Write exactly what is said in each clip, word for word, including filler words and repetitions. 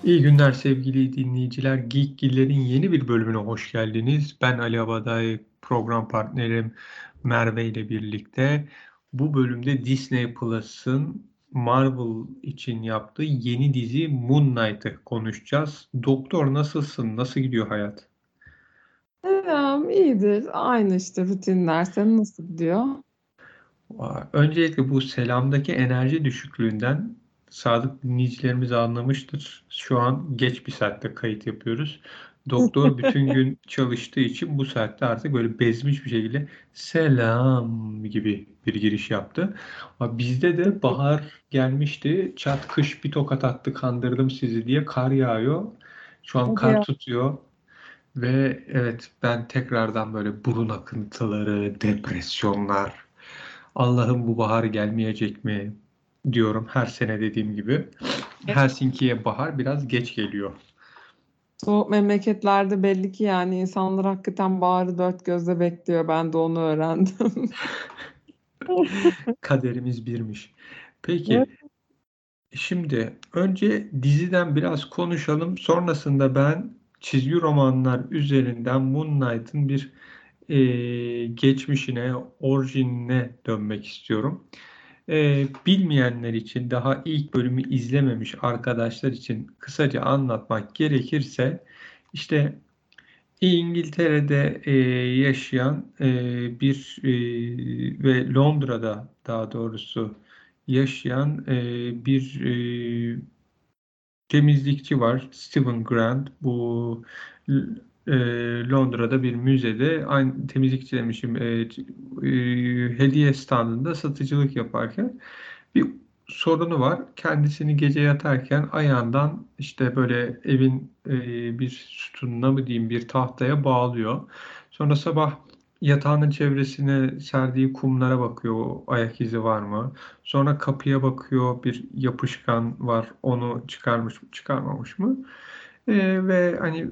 İyi günler sevgili dinleyiciler. Geekgiller'in yeni bir bölümüne hoş geldiniz. Ben Ali Abaday, program partnerim Merve ile birlikte bu bölümde Disney Plus'ın Marvel için yaptığı yeni dizi Moon Knight'ı konuşacağız. Doktor nasılsın? Nasıl gidiyor hayat? Selam, iyidir. Aynı işte rutinler. Senin nasıl gidiyor? Aa, Öncelikle bu selamdaki enerji düşüklüğünden sadık dinleyicilerimiz anlamıştır. Şu an geç bir saatte kayıt yapıyoruz. Doktor bütün gün çalıştığı için bu saatte artık böyle bezmiş bir şekilde selam gibi bir giriş yaptı. Ama bizde de bahar gelmişti. Çat kış bir tokat attı, kandırdım sizi diye kar yağıyor. Şu an Hadi kar ya. tutuyor. Ve evet, ben tekrardan böyle burun akıntıları, depresyonlar, Allah'ım bu bahar gelmeyecek mi diyorum her sene dediğim gibi. Helsinki'ye bahar biraz geç geliyor. Soğuk memleketlerde belli ki yani insanlar hakikaten baharı dört gözle bekliyor. Ben de onu öğrendim. Kaderimiz birmiş. Evet. Peki, şimdi önce diziden biraz konuşalım. Sonrasında ben çizgi romanlar üzerinden Moon Knight'ın bir e, geçmişine, orijinine dönmek istiyorum. E, bilmeyenler için, daha ilk bölümü izlememiş arkadaşlar için kısaca anlatmak gerekirse, işte İngiltere'de e, yaşayan e, bir e, ve Londra'da daha doğrusu yaşayan e, bir e, temizlikçi var, Stephen Grant. Bu e, Londra'da bir müzede, aynı temizlikçi demişim, e, e, hediye standında satıcılık yaparken bir sorunu var. Kendisini gece yatarken ayağından işte böyle evin e, bir sütununa mı diyeyim, bir tahtaya bağlıyor. Sonra sabah yatağının çevresine serdiği kumlara bakıyor, o ayak izi var mı? Sonra kapıya bakıyor, bir yapışkan var, onu çıkarmış mı çıkarmamış mı? Ee, ve hani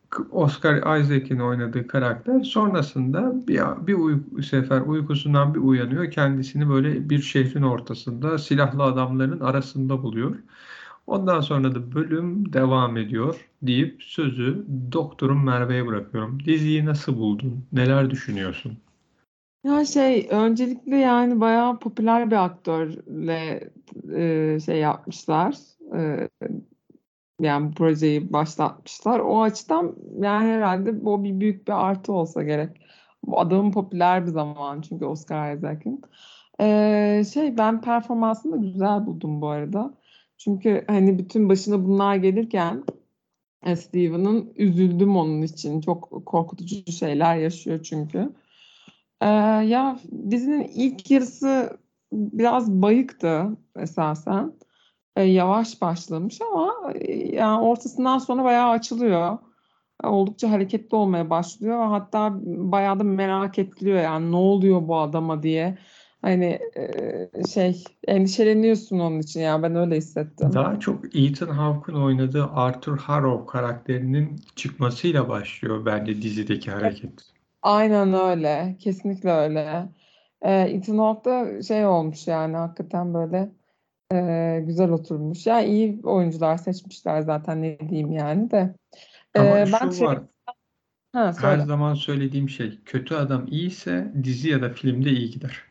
Oscar Isaac'in oynadığı karakter sonrasında bir, bir uy- sefer uykusundan bir uyanıyor. Kendisini böyle bir şehrin ortasında silahlı adamların arasında buluyor. Ondan sonra da bölüm devam ediyor deyip sözü doktorum Merve'ye bırakıyorum. Diziyi nasıl buldun? Neler düşünüyorsun? Ya şey öncelikle yani bayağı popüler bir aktörle e, şey yapmışlar. E, yani bu projeyi başlatmışlar. O açıdan yani herhalde bu bir büyük bir artı olsa gerek. Bu adamın popüler bir zaman çünkü Oscar Isaac'in. Ee, şey ben performansını da güzel buldum bu arada. Çünkü hani bütün başına bunlar gelirken e, Steven'ın üzüldüm onun için. Çok korkutucu şeyler yaşıyor çünkü. Ee, ya dizinin ilk yarısı biraz bayıktı esasen. E, yavaş başlamış ama e, yani ortasından sonra bayağı açılıyor. E, oldukça hareketli olmaya başlıyor. Hatta bayağı da merak ettiriyor yani ne oluyor bu adama diye. Hani e, şey endişeleniyorsun onun için ya ben öyle hissettim. Daha çok Ethan Hawke'ın oynadığı Arthur Harrow karakterinin çıkmasıyla başlıyor bence dizideki hareket. Aynen öyle. Kesinlikle öyle. E, Ethan Hawke da şey olmuş yani hakikaten böyle e, güzel oturmuş. Ya iyi oyuncular seçmişler zaten ne diyeyim yani de. Ama E, ben şu şey var, ha her söyle. zaman söylediğim şey, kötü adam iyiyse dizi ya da filmde iyi gider.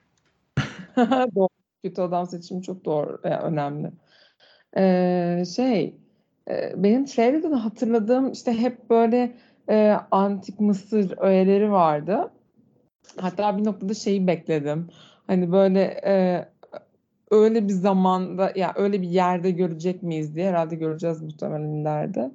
Doğru. Kötü adam seçimi çok doğru, e, önemli. Ee, şey, e, benim çevreden hatırladığım işte hep böyle e, antik Mısır öğeleri vardı. Hatta bir noktada şeyi bekledim. Hani böyle e, öyle bir zamanda ya öyle bir yerde görecek miyiz diye herhalde göreceğiz muhtemelen ileride.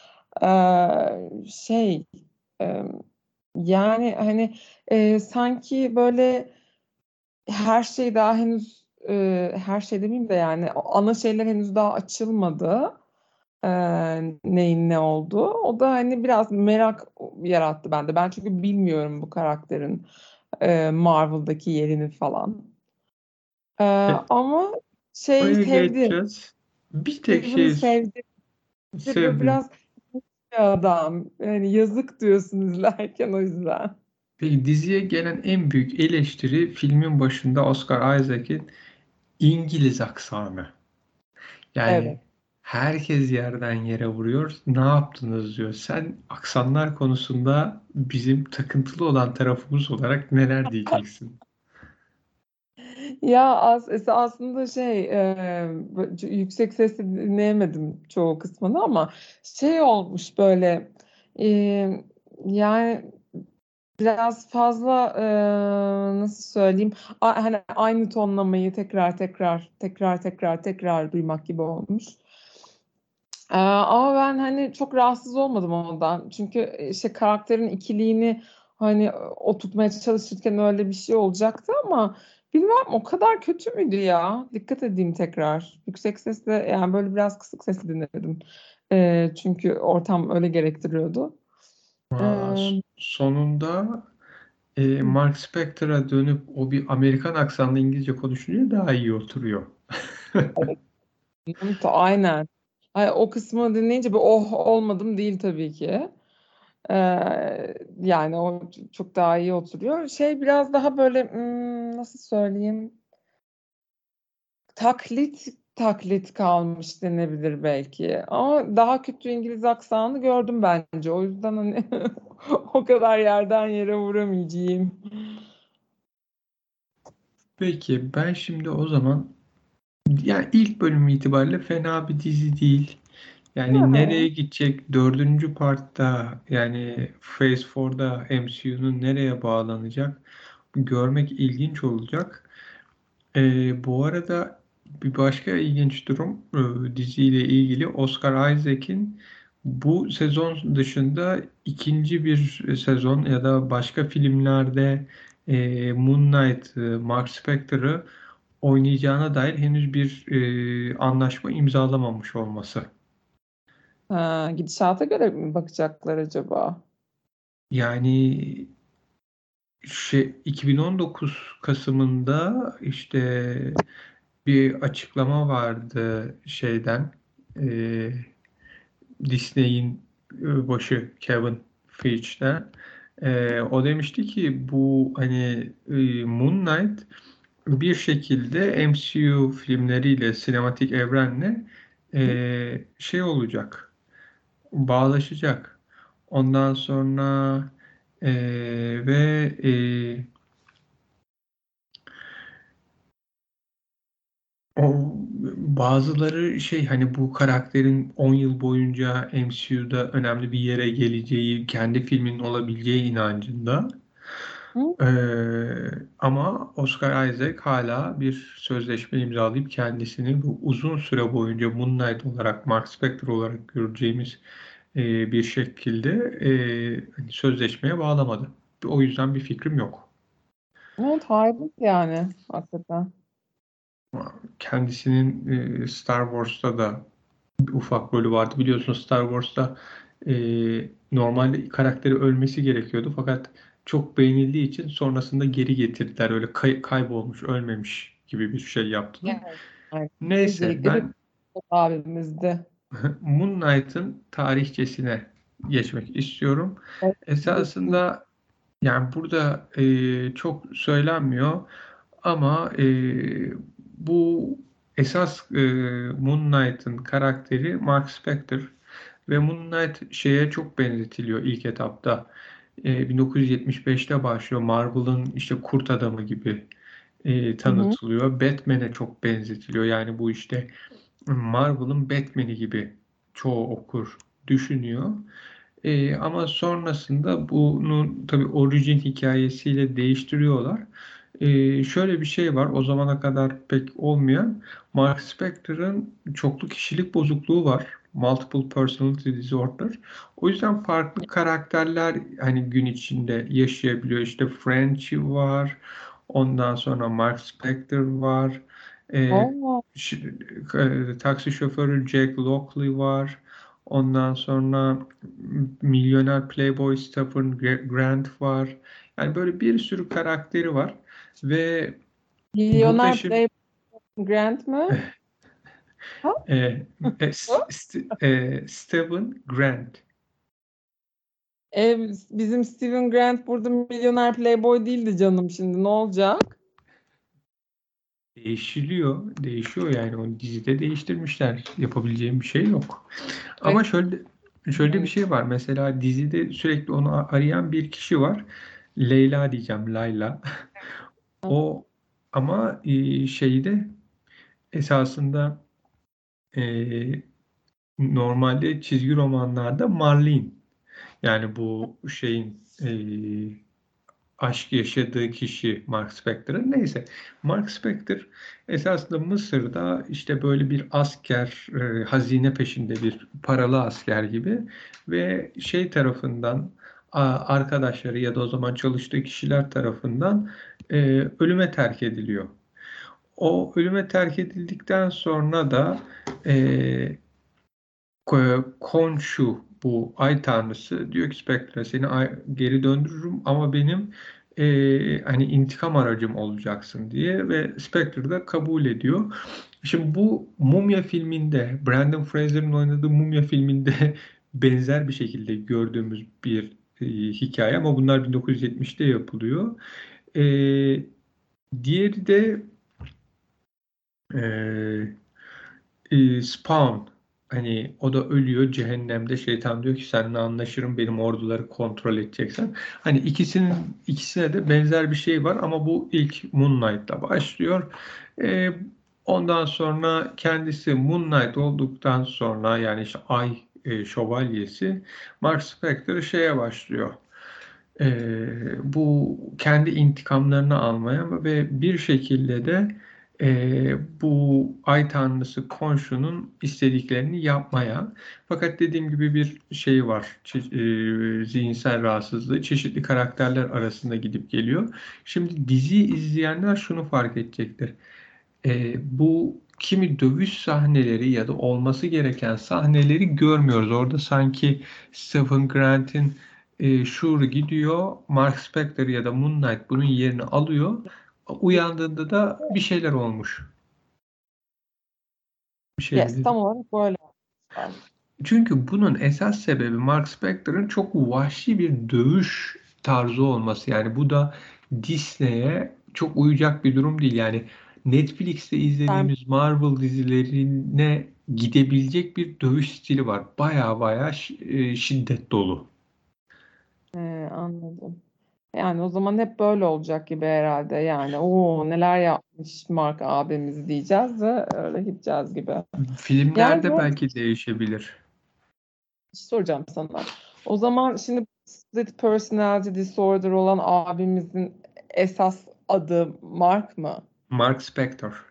Ee, şey e, yani hani e, sanki böyle her şey daha henüz e, her şey demeyeyim de yani o ana şeyler henüz daha açılmadı. E, neyin ne olduğu. O da hani biraz merak yarattı bende. Ben çünkü bilmiyorum bu karakterin e, Marvel'daki yerini falan. E, E, ama şeyi Oraya sevdim. geçeceğiz. Bir tek Steven'ı şey sevdim. Bir de böyle sevdim. biraz bir adam. Yani yazık diyorsun izlerken o yüzden. Peki, diziye gelen en büyük eleştiri filmin başında Oscar Isaac'in İngiliz aksanı. Yani Evet. Herkes yerden yere vuruyor. Ne yaptınız diyor. Sen aksanlar konusunda bizim takıntılı olan tarafımız olarak neler diyeceksin? Ya as es- aslında şey e, böyle yüksek sesle dinleyemedim çoğu kısmını ama şey olmuş böyle e, yani biraz fazla e, nasıl söyleyeyim A- hani aynı tonlamayı tekrar tekrar tekrar tekrar tekrar duymak gibi olmuş. Ee, ama ben hani çok rahatsız olmadım ondan. Çünkü işte karakterin ikiliğini hani oturtmaya çalışırken öyle bir şey olacaktı ama bilmem o kadar kötü müydü ya? Dikkat edeyim tekrar. Yüksek sesle yani böyle biraz kısık sesle dinledim. Ee, çünkü ortam öyle gerektiriyordu. Valla Ee, s- sonunda e, Mark Spector'a dönüp o bir Amerikan aksanlı İngilizce konuşunca daha iyi oturuyor. evet, aynen. Ay, o kısmı dinleyince bir oh olmadım değil tabii ki. Ee, yani o ç- çok daha iyi oturuyor. Şey biraz daha böyle hmm, nasıl söyleyeyim taklit taklit kalmış denebilir belki. Ama daha kötü İngiliz aksanı gördüm bence. O yüzden hani o kadar yerden yere vuramayacağım. Peki ben şimdi o zaman yani ilk bölüm itibariyle fena bir dizi değil. Yani nereye Ya. gidecek dördüncü partta yani Phase dörtte M C U'nun nereye bağlanacak görmek ilginç olacak. Ee, bu arada bir başka ilginç durum e, diziyle ilgili Oscar Isaac'in bu sezon dışında ikinci bir sezon ya da başka filmlerde e, Moon Knight, e, Mark Spector'ı oynayacağına dair henüz bir e, anlaşma imzalamamış olması. Ha, gidişata göre mi bakacaklar acaba? Yani şey, iki bin on dokuz Kasım'ında işte bir açıklama vardı şeyden e, Disney'in e, başı Kevin Feige'den. E, o demişti ki bu hani e, Moon Knight bir şekilde M C U filmleriyle sinematik evrenle Hı? e, şey olacak, bağlaşacak. Ondan sonra e, ve e, o bazıları şey hani bu karakterin on yıl boyunca M C U'da önemli bir yere geleceği, kendi filminin olabileceği inancında. Hı? Ee, ama Oscar Isaac hala bir sözleşme imzalayıp kendisini bu uzun süre boyunca Moon Knight olarak, Mark Spector olarak göreceğimiz e, bir şekilde e, hani sözleşmeye bağlamadı. O yüzden bir fikrim yok. Evet, hayret yani hakikaten. Kendisinin e, Star Wars'ta da bir ufak rolü vardı. Biliyorsun Star Wars'ta e, normalde karakteri ölmesi gerekiyordu fakat çok beğenildiği için sonrasında geri getirdiler. Öyle kay- kaybolmuş, ölmemiş gibi bir şey yaptılar. Evet. Yani Neyse öncelikle bir ben abimizdi. Moon Knight'ın tarihçesine geçmek istiyorum. Evet, lütfen. Esasında yani burada e, çok söylenmiyor ama e, bu esas e, Moon Knight'ın karakteri Mark Spector ve Moon Knight şeye çok benzetiliyor ilk etapta. E, bin dokuz yüz yetmiş beşte başlıyor. Marvel'ın işte Kurt Adamı gibi e, Hı hı. tanıtılıyor. Batman'e çok benzetiliyor. Yani bu işte Marvel'ın Batman'i gibi çoğu okur düşünüyor. Ee, ama sonrasında bunu tabii orijin hikayesiyle değiştiriyorlar. Ee, şöyle bir şey var, o zamana kadar pek olmayan. Mark Spector'ın çoklu kişilik bozukluğu var. Multiple Personality Disorder. O yüzden farklı karakterler hani gün içinde yaşayabiliyor. İşte Frenchie var. Ondan sonra Mark Spector var. Ee, Allah. ş- e, taksi şoförü Jack Lockley var. Ondan sonra milyoner Playboy Stephen Grant var. Yani böyle bir sürü karakteri var ve burada Milyoner şimdi Play Grant mı? Ha? e, e, St- e, Stephen Grant. E, bizim Steven Grant burada milyoner playboy değildi canım şimdi ne olacak? Değişiliyor, değişiyor yani o dizide değiştirmişler. Yapabileceğim bir şey yok. Ama Ve şöyle şöyle bir şey var. Mesela dizide sürekli onu arayan bir kişi var. Leyla diyeceğim, Layla. O ama e, şeyde esasında e, normalde çizgi romanlarda Marlene. Yani bu şeyin e, aşk yaşadığı kişi Mark Spector'ın. Neyse. Mark Spector esasında Mısır'da işte böyle bir asker, e, hazine peşinde bir paralı asker gibi ve şey tarafından a- arkadaşları ya da o zaman çalıştığı kişiler tarafından e, ölüme terk ediliyor. O ölüme terk edildikten sonra da e, Ko- Khonshu bu ay tanrısı diyor ki Spectre seni ay- geri döndürürüm ama benim e, hani intikam aracım olacaksın diye ve Spectre de kabul ediyor. Şimdi bu Mumya filminde Brandon Fraser'ın oynadığı Mumya filminde benzer bir şekilde gördüğümüz bir e, hikaye ama bunlar bin dokuz yüz yetmişte yapılıyor. E, diğeri de e, e, Spawn hani o da ölüyor cehennemde şeytan diyor ki seninle anlaşırım benim orduları kontrol edeceksen. Hani ikisinin ikisine de benzer bir şey var ama bu ilk Moon Knight'la başlıyor. E, ondan sonra kendisi Moon Knight olduktan sonra yani işte Ay e, Şövalyesi Mark Spector şeye başlıyor. E, bu kendi intikamlarını almaya ve bir şekilde de e, bu ay tanrısı Khonshu'nun istediklerini yapmaya. Fakat dediğim gibi bir şey var. Çe- e, zihinsel rahatsızlığı çeşitli karakterler arasında gidip geliyor. Şimdi diziyi izleyenler şunu fark edecektir. E, bu kimi dövüş sahneleri ya da olması gereken sahneleri görmüyoruz. Orada sanki Stephen Grant'in e, Shuri gidiyor, Mark Spector ya da Moon Knight bunun yerini alıyor. Uyandığında da bir şeyler olmuş. Bir şey mi yes, dedim? tam olarak böyle yapmışlar. Çünkü bunun esas sebebi Mark Spector'ın çok vahşi bir dövüş tarzı olması. Yani bu da Disney'e çok uyacak bir durum değil. Yani Netflix'te Ben izlediğimiz Marvel dizilerine gidebilecek bir dövüş stili var. Baya baya şi- e, şiddet dolu. e, anladım. Yani o zaman hep böyle olacak gibi herhalde. Yani o neler yapmış Mark abimiz diyeceğiz ve öyle gideceğiz gibi. Yani Filmlerde bu belki değişebilir. bir şey soracağım sana. O zaman şimdi split personality disorder olan abimizin esas adı Mark mı? Mark Spector.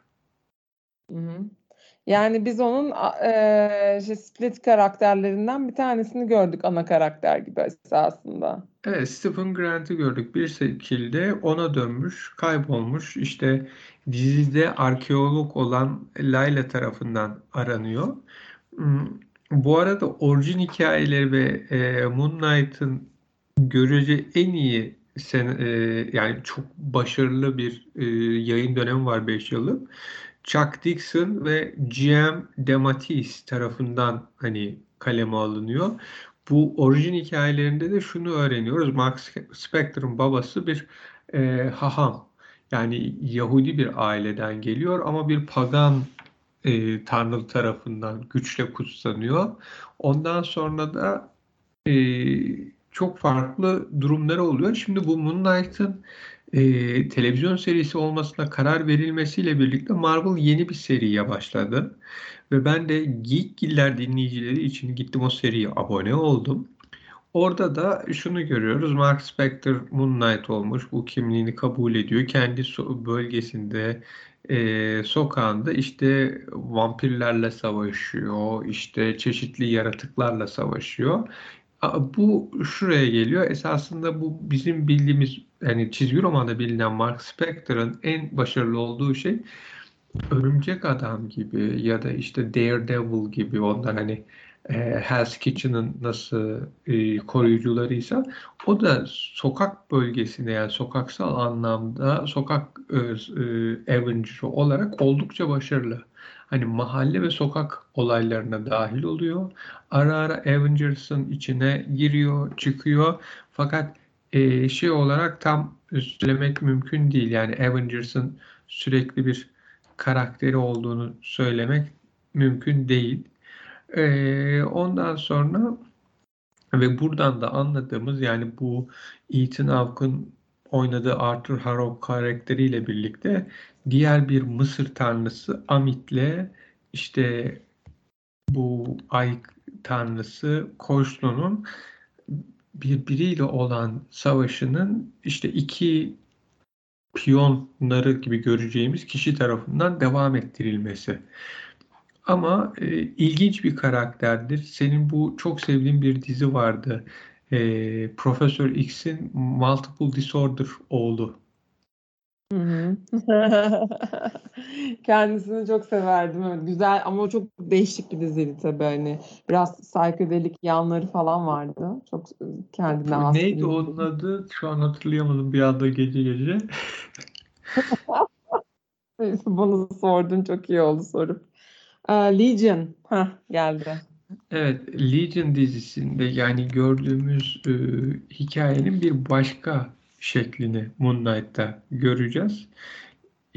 Hı hı. Yani biz onun a- eee, şey, split karakterlerinden bir tanesini gördük ana karakter gibi esasında. Evet, Stephen Grant'ı gördük. Bir şekilde ona dönmüş, kaybolmuş. İşte dizide arkeolog olan Layla tarafından aranıyor. Hmm, Bu arada orijin hikayeleri ve e, Moon Knight'ın görece en iyi sen, e, yani çok başarılı bir e, yayın dönemi var beş yıllık. Chuck Dixon ve G M DeMatteis tarafından hani kaleme alınıyor. Bu orijin hikayelerinde de şunu öğreniyoruz. Mark Spector'ın babası bir e, haham. Yani Yahudi bir aileden geliyor ama bir pagan e, tanrı tarafından güçle kutsanıyor. Ondan sonra da e, çok farklı durumları oluyor. Şimdi bu Moon Knight'ın e, televizyon serisi olmasına karar verilmesiyle birlikte Marvel yeni bir seriye başladı. Ve ben de Geekgiller dinleyicileri için gittim o seriye abone oldum. Orada da şunu görüyoruz. Mark Spector Moon Knight olmuş. Bu kimliğini kabul ediyor. Kendi so- bölgesinde, e, sokağında işte vampirlerle savaşıyor. İşte çeşitli yaratıklarla savaşıyor. A- Bu şuraya geliyor. Esasında bu bizim bildiğimiz yani çizgi romanda bilinen Mark Spector'ın en başarılı olduğu şey Örümcek Adam gibi ya da işte Daredevil gibi onlar hani e, Hell's Kitchen'ın nasıl e, koruyucularıysa o da sokak bölgesinde yani sokaksal anlamda sokak e, e, Avenger'ı olarak oldukça başarılı. Hani mahalle ve sokak olaylarına dahil oluyor. Ara ara Avengers'ın içine giriyor, çıkıyor. Fakat e, şey olarak tam söylemek mümkün değil. Yani Avengers'ın sürekli bir karakteri olduğunu söylemek mümkün değil. Ee, ondan sonra ve buradan da anladığımız, yani bu Ethan Hawke'ın oynadığı Arthur Harrow karakteriyle birlikte diğer bir Mısır tanrısı Amit'le işte bu ay tanrısı Koşlu'nun birbiriyle olan savaşının işte iki piyonları gibi göreceğimiz kişi tarafından devam ettirilmesi. Ama e, ilginç bir karakterdir. Senin bu çok sevdiğin bir dizi vardı. E, Profesör X'in Multiple Disorder oğlu. Hı hı. Kendisini çok severdim. Evet, güzel ama o çok değişik bir diziydi tabii, hani biraz psikodelik yanları falan vardı. Çok e, kendine has bir Neydi dizi. onun adı? Şu an hatırlayamadım bir anda gece gece. Bunu sordun, çok iyi oldu sorup. Ee, Legion. Heh, geldi. Evet, Legion dizisinde yani gördüğümüz e, hikayenin bir başka şeklini Moon Knight'ta göreceğiz. E,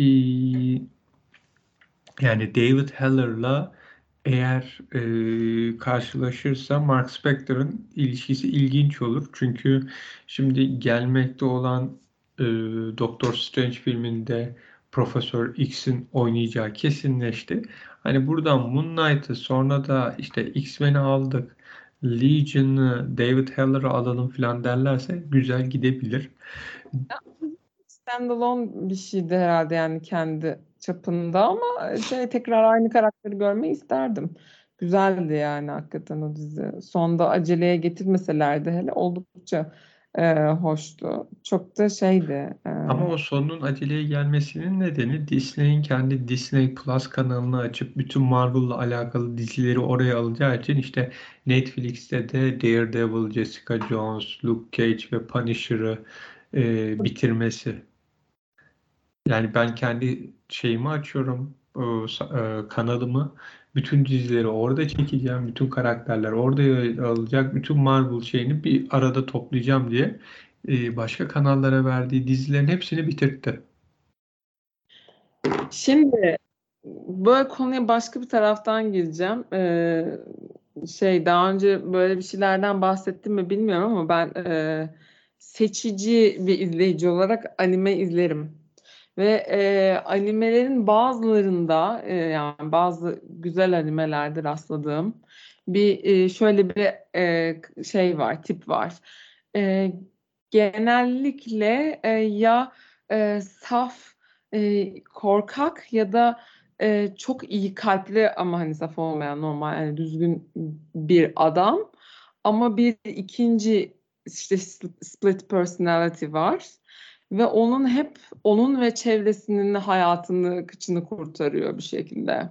Yani David Heller'la eğer e, karşılaşırsa Mark Spector'ın ilişkisi ilginç olur. Çünkü şimdi gelmekte olan e, Doctor Strange filminde Profesör X'in oynayacağı kesinleşti. Hani buradan Moon Knight'ı, sonra da işte X-Men'i aldık, Legion'ı, David Heller'ı alalım falan derlerse güzel gidebilir. Standalone bir şeydi herhalde, yani kendi çapında, ama şey, tekrar aynı karakteri görmeyi isterdim. Güzeldi yani hakikaten o dizi. Sonda aceleye getirmeselerdi hele, oldukça e, hoştu. Çok da şeydi. E, Ama o sonun aceleye gelmesinin nedeni Disney'in kendi Disney Plus kanalını açıp bütün Marvel'la alakalı dizileri oraya alacağı için işte Netflix'te de Daredevil, Jessica Jones, Luke Cage ve Punisher'ı e, bitirmesi. Yani ben kendi şeyimi açıyorum, e, sa- e, kanalımı. Bütün dizileri orada çekeceğim. Bütün karakterler orada yer alacak. Bütün Marvel şeyini bir arada toplayacağım diye e, başka kanallara verdiği dizilerin hepsini bitirtti. Şimdi böyle konuya başka bir taraftan gireceğim. Ee, şey, daha önce böyle bir şeylerden bahsettim mi bilmiyorum ama ben e, seçici bir izleyici olarak anime izlerim. Ve e, animelerin bazılarında, e, yani bazı güzel animelerde rastladığım bir e, şöyle bir e, şey var, tip var. E, genellikle e, ya e, saf e, korkak ya da e, çok iyi kalpli ama hani saf olmayan, normal yani düzgün bir adam, ama bir ikinci işte split personality var ve onun hep onun ve çevresinin hayatını, kıçını kurtarıyor bir şekilde.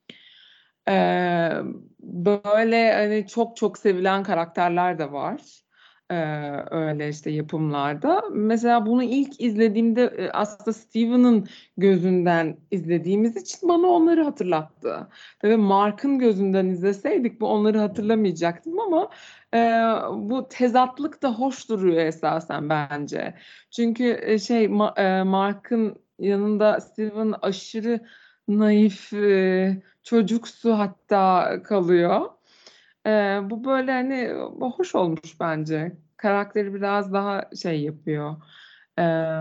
Ee, böyle hani çok çok sevilen karakterler de var. Ee, öyle işte yapımlarda. Mesela bunu ilk izlediğimde e, aslında Steven'ın gözünden izlediğimiz için bana onları hatırlattı. Tabii Mark'ın gözünden izleseydik bu onları hatırlamayacaktım, ama e, bu tezatlık da hoş duruyor esasen bence. Çünkü e, şey Ma- e, Mark'ın yanında Steven aşırı naif, e, çocuksu hatta kalıyor. Ee, bu böyle hani hoş olmuş bence. Karakteri biraz daha şey yapıyor. Ee,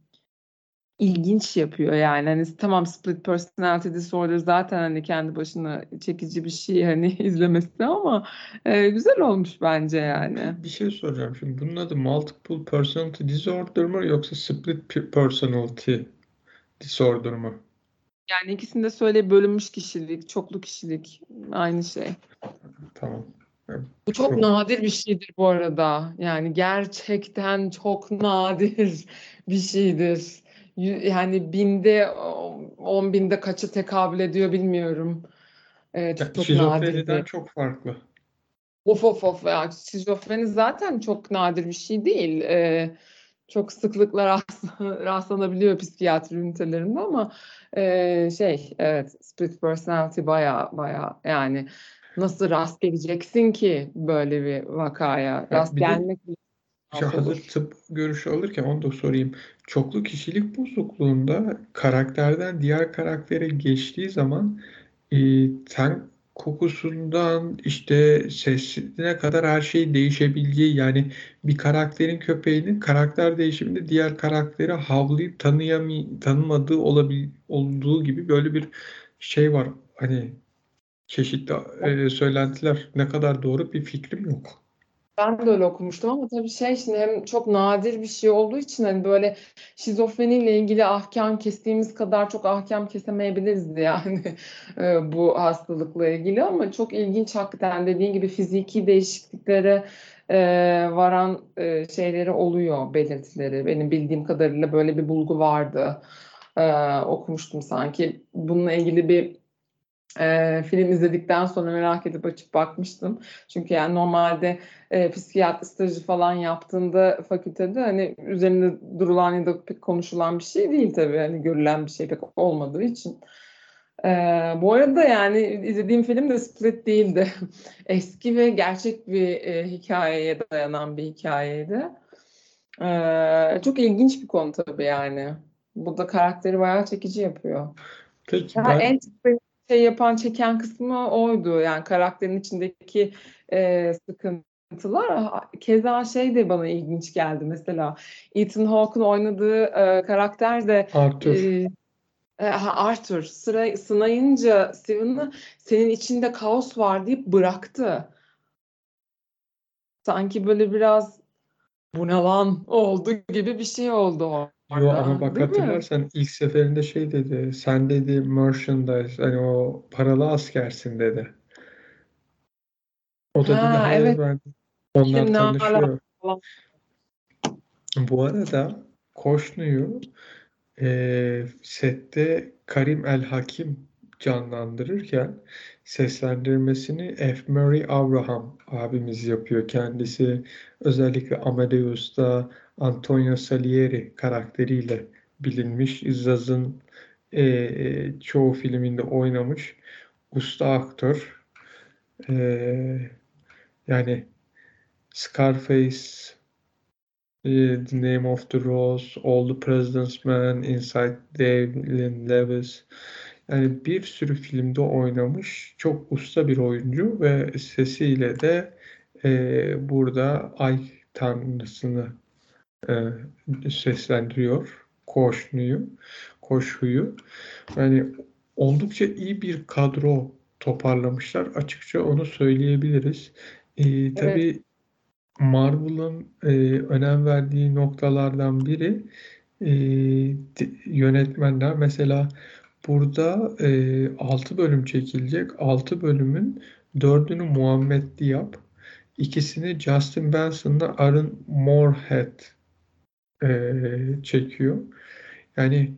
ilginç yapıyor yani. Hani tamam, split personality disorder zaten hani kendi başına çekici bir şey hani izlemesi, ama e, güzel olmuş bence yani. Bir, bir şey soracağım şimdi. Bunun adı Multiple Personality Disorder mı yoksa Split P- Personality Disorder mı? Yani ikisinde söyle, bölünmüş kişilik, çoklu kişilik aynı şey. Tamam. Yani Bu çok pro- nadir bir şeydir bu arada. Yani gerçekten çok nadir bir şeydir. Y- Yani binde, on binde kaçı tekabül ediyor bilmiyorum. Ee, Ya, çok şizofreniden nadirdi. çok farklı. Of of of ya. Şizofreni zaten çok nadir bir şey değil. Ee, çok sıklıkla rast- rastlanabiliyor psikiyatri ünitelerinde, ama e, şey, evet, split personality baya baya, yani nasıl rast geleceksin ki böyle bir vakaya? Ha, Rast bir de gelmek. İşte rahat hazır olur. tıp görüşü alırken onu da sorayım. Çoklu kişilik bozukluğunda karakterden diğer karaktere geçtiği zaman e, ten kokusundan işte sesine kadar her şey değişebileceği, yani bir karakterin köpeğinin karakter değişiminde diğer karakteri havlayıp tanıyamay tanımadığı olabil olduğu gibi böyle bir şey var. Hani çeşitli e, söylentiler, ne kadar doğru bir fikrim yok. Ben de öyle okumuştum ama tabii şey şimdi hem çok nadir bir şey olduğu için hani böyle şizofreniyle ilgili ahkam kestiğimiz kadar çok ahkam kesemeyebiliriz yani e, bu hastalıkla ilgili ama çok ilginç hakikaten dediğin gibi fiziki değişikliklere e, varan e, şeyleri oluyor belirtileri. Benim bildiğim kadarıyla böyle bir bulgu vardı. E, okumuştum sanki. Bununla ilgili bir e, film izledikten sonra merak edip açıp bakmıştım. Çünkü yani normalde e, psikiyatri stajı falan yaptığında fakültede hani üzerinde durulan ya da pek konuşulan bir şey değil tabii. Hani görülen bir şey pek olmadığı için. E, bu arada yani izlediğim film de Split değildi. Eski ve gerçek bir e, hikayeye dayanan bir hikayeydi. E, çok ilginç bir konu tabii yani. Bu da karakteri bayağı çekici yapıyor. Peki Ya en ben çok şey yapan, çeken kısmı oydu. Yani karakterin içindeki e, sıkıntılar. Ha- Keza şey de bana ilginç geldi mesela. Ethan Hawke'un oynadığı e, karakter de Arthur. e, e, ha, Arthur sıra, sınayınca Steven'ı senin içinde kaos var deyip bıraktı. Sanki böyle biraz bu ne lan oldu gibi bir şey oldu Yo, ama orada. bak Değil mi? hatırlarsan ilk seferinde şey dedi. Sen dedi merchandise, hani o paralı askersin dedi. O da dedi Ha hayır, evet, ben. Onlar film ne ala tanışıyor. falan. Bu arada Koşnu'yu e, sette Karim El Hakim canlandırırken seslendirmesini F. Murray Abraham abimiz yapıyor. Kendisi özellikle Amadeus'ta Antonio Salieri karakteriyle bilinmiş. Zaz'ın e, e, çoğu filminde oynamış usta aktör. E, yani Scarface, e, The Name of the Rose, All the President's Men, Inside Llewellyn Lewis. Yani bir sürü filmde oynamış. Çok usta bir oyuncu ve sesiyle de e, burada Ay Tanrısını e, seslendiriyor. Koşnu'yu, Koşu'yu. Yani oldukça iyi bir kadro toparlamışlar. Açıkça onu söyleyebiliriz. E, Evet. tabii Marvel'ın e, önem verdiği noktalardan biri e, di- yönetmenler. Mesela burada e, altı bölüm çekilecek. Altı bölümün dördünü Muhammed Diab, ikisini Justin Benson'la Aaron Moorhead e, çekiyor. Yani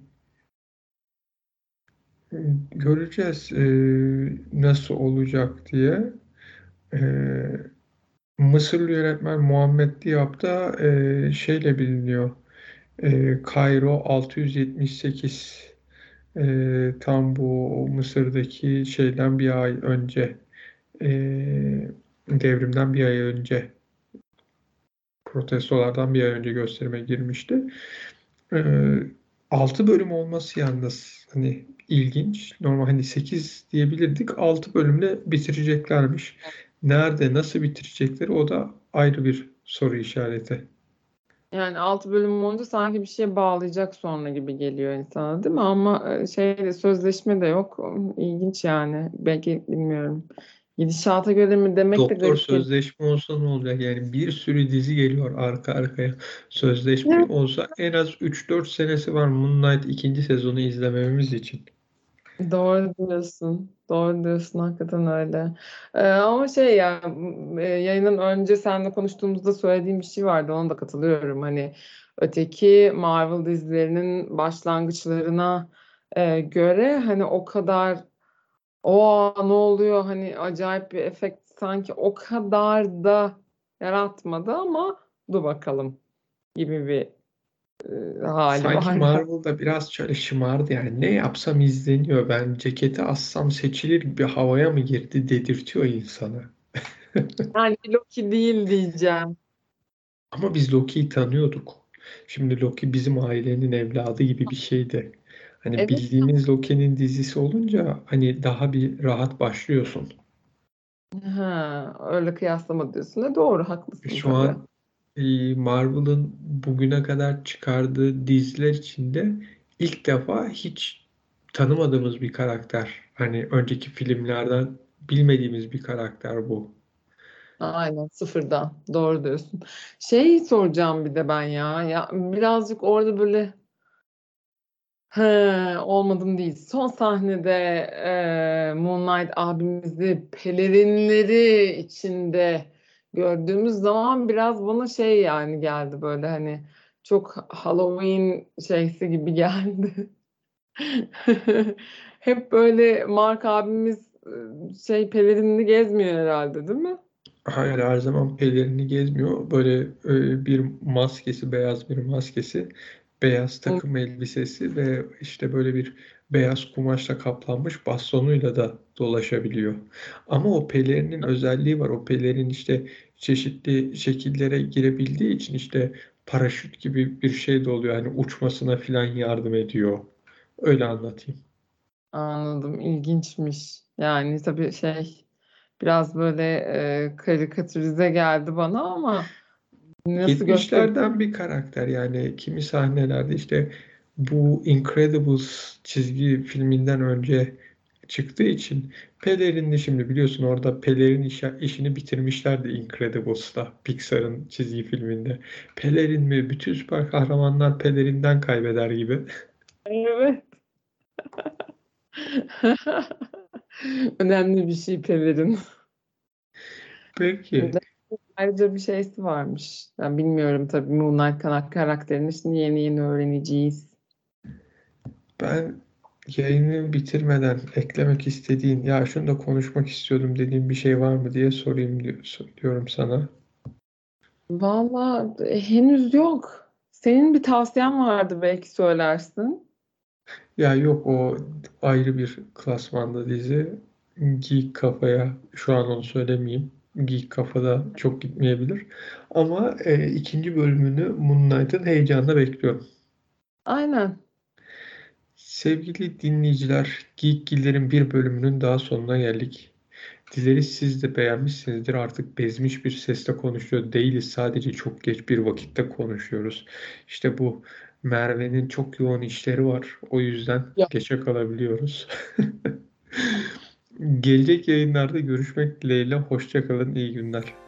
e, göreceğiz e, nasıl olacak diye. E, Mısırlı yönetmen Muhammed Diab da e, şeyle biliniyor. E, Kairo altı yüz yetmiş sekiz, e, tam bu Mısır'daki şeyden bir ay önce, e, devrimden bir ay önce, protestolardan bir ay önce gösterime girmişti. E, altı bölüm olması yalnız hani ilginç. Normal hani sekiz diyebilirdik. Altı bölümle bitireceklermiş. Nerede, nasıl bitirecekleri, o da ayrı bir soru işareti. Yani altı bölüm boyunca sanki bir şeye bağlayacak sonra gibi geliyor insana değil mi? Ama e, şeyde sözleşme de yok. İlginç yani. Belki bilmiyorum. Gidişata göre mi demek de Doktor garip geliyor. sözleşme olsa ne olacak? Yani bir sürü dizi geliyor arka arkaya. Sözleşme Evet. olsa en az üç dört senesi var Moon Knight ikinci sezonu izlememiz için. Doğru diyorsun. Doğru diyorsun. Hakikaten öyle. Ee, ama şey ya m- e, yayının önce seninle konuştuğumuzda söylediğim bir şey vardı. Ona da katılıyorum. Hani öteki Marvel dizilerinin başlangıçlarına e, göre hani o kadar o ne oluyor hani acayip bir efekt sanki o kadar da yaratmadı ama dur bakalım gibi bir e, hali Sanki var. Marvel'da biraz şöyle şımardı, yani ne yapsam izleniyor. Ben ceketi assam seçilir gibi havaya mı girdi dedirtiyor insana. Yani Loki değil diyeceğim. Ama biz Loki'yi tanıyorduk. Şimdi Loki bizim ailenin evladı gibi bir şeydi. Hani Evet. bildiğimiz Loki'nin dizisi olunca hani daha bir rahat başlıyorsun. Ha, öyle kıyaslama diyorsun. E doğru, E, haklısın Şu tabii. an e, Marvel'ın bugüne kadar çıkardığı diziler içinde ilk defa hiç tanımadığımız bir karakter. Hani önceki filmlerden bilmediğimiz bir karakter bu. Aynen, sıfırdan. Doğru diyorsun. Şey soracağım bir de ben ya. Ya birazcık orada böyle he, olmadım değil. Son sahnede e, Moonlight abimizi pelerinleri içinde gördüğümüz zaman biraz bana şey yani geldi, böyle hani çok Halloween şeysi gibi geldi. Hep böyle Mark abimiz e, şey pelerinli gezmiyor herhalde, değil mi? Hayır, her zaman pelerini gezmiyor. Böyle e, bir maskesi, beyaz bir maskesi, beyaz O- takım elbisesi ve işte böyle bir beyaz kumaşla kaplanmış bastonuyla da dolaşabiliyor. Ama o pelerinin özelliği var. O pelerin işte çeşitli şekillere girebildiği için işte paraşüt gibi bir şey de oluyor. Hani uçmasına falan yardım ediyor. Öyle anlatayım. Anladım, ilginçmiş. Yani tabii şey biraz böyle e, karikatürize geldi bana ama nasıl göster yetmişlerden bir karakter yani kimi sahnelerde işte bu Incredibles çizgi filminden önce çıktığı için pelerinli şimdi biliyorsun orada pelerin işi, işini bitirmişlerdi Incredibles'ta Pixar'ın çizgi filminde. Pelerin mi? Bütün süper kahramanlar pelerinden kaybeder gibi. Evet. Önemli bir şey pelerin. Peki Ayrıca bir şeysi varmış. Ben bilmiyorum tabii, Moonlight kanak- karakterini şimdi yeni yeni öğreneceğiz. ben yayını bitirmeden eklemek istediğin ya şunu da konuşmak istiyordum dediğin bir şey var mı diye sorayım diyor- diyorum sana. Vallahi e, henüz yok. Senin bir tavsiyen vardı, belki söylersin. Ya yok o ayrı bir klasmanda dizi. Geek kafaya şu an onu söylemeyeyim. Geek kafada çok gitmeyebilir. Ama e, ikinci bölümünü Moon Knight'ın heyecanla bekliyorum. Aynen. Sevgili dinleyiciler, Geekgiller'in bir bölümünün daha sonuna geldik. Dileriz siz de beğenmişsinizdir. Artık bezmiş bir sesle konuşuyor değiliz. Sadece çok geç bir vakitte konuşuyoruz. İşte bu Merve'nin çok yoğun işleri var. O yüzden Ya. geçe kalabiliyoruz. Gelecek yayınlarda görüşmek dileğiyle. Hoşça kalın, iyi günler.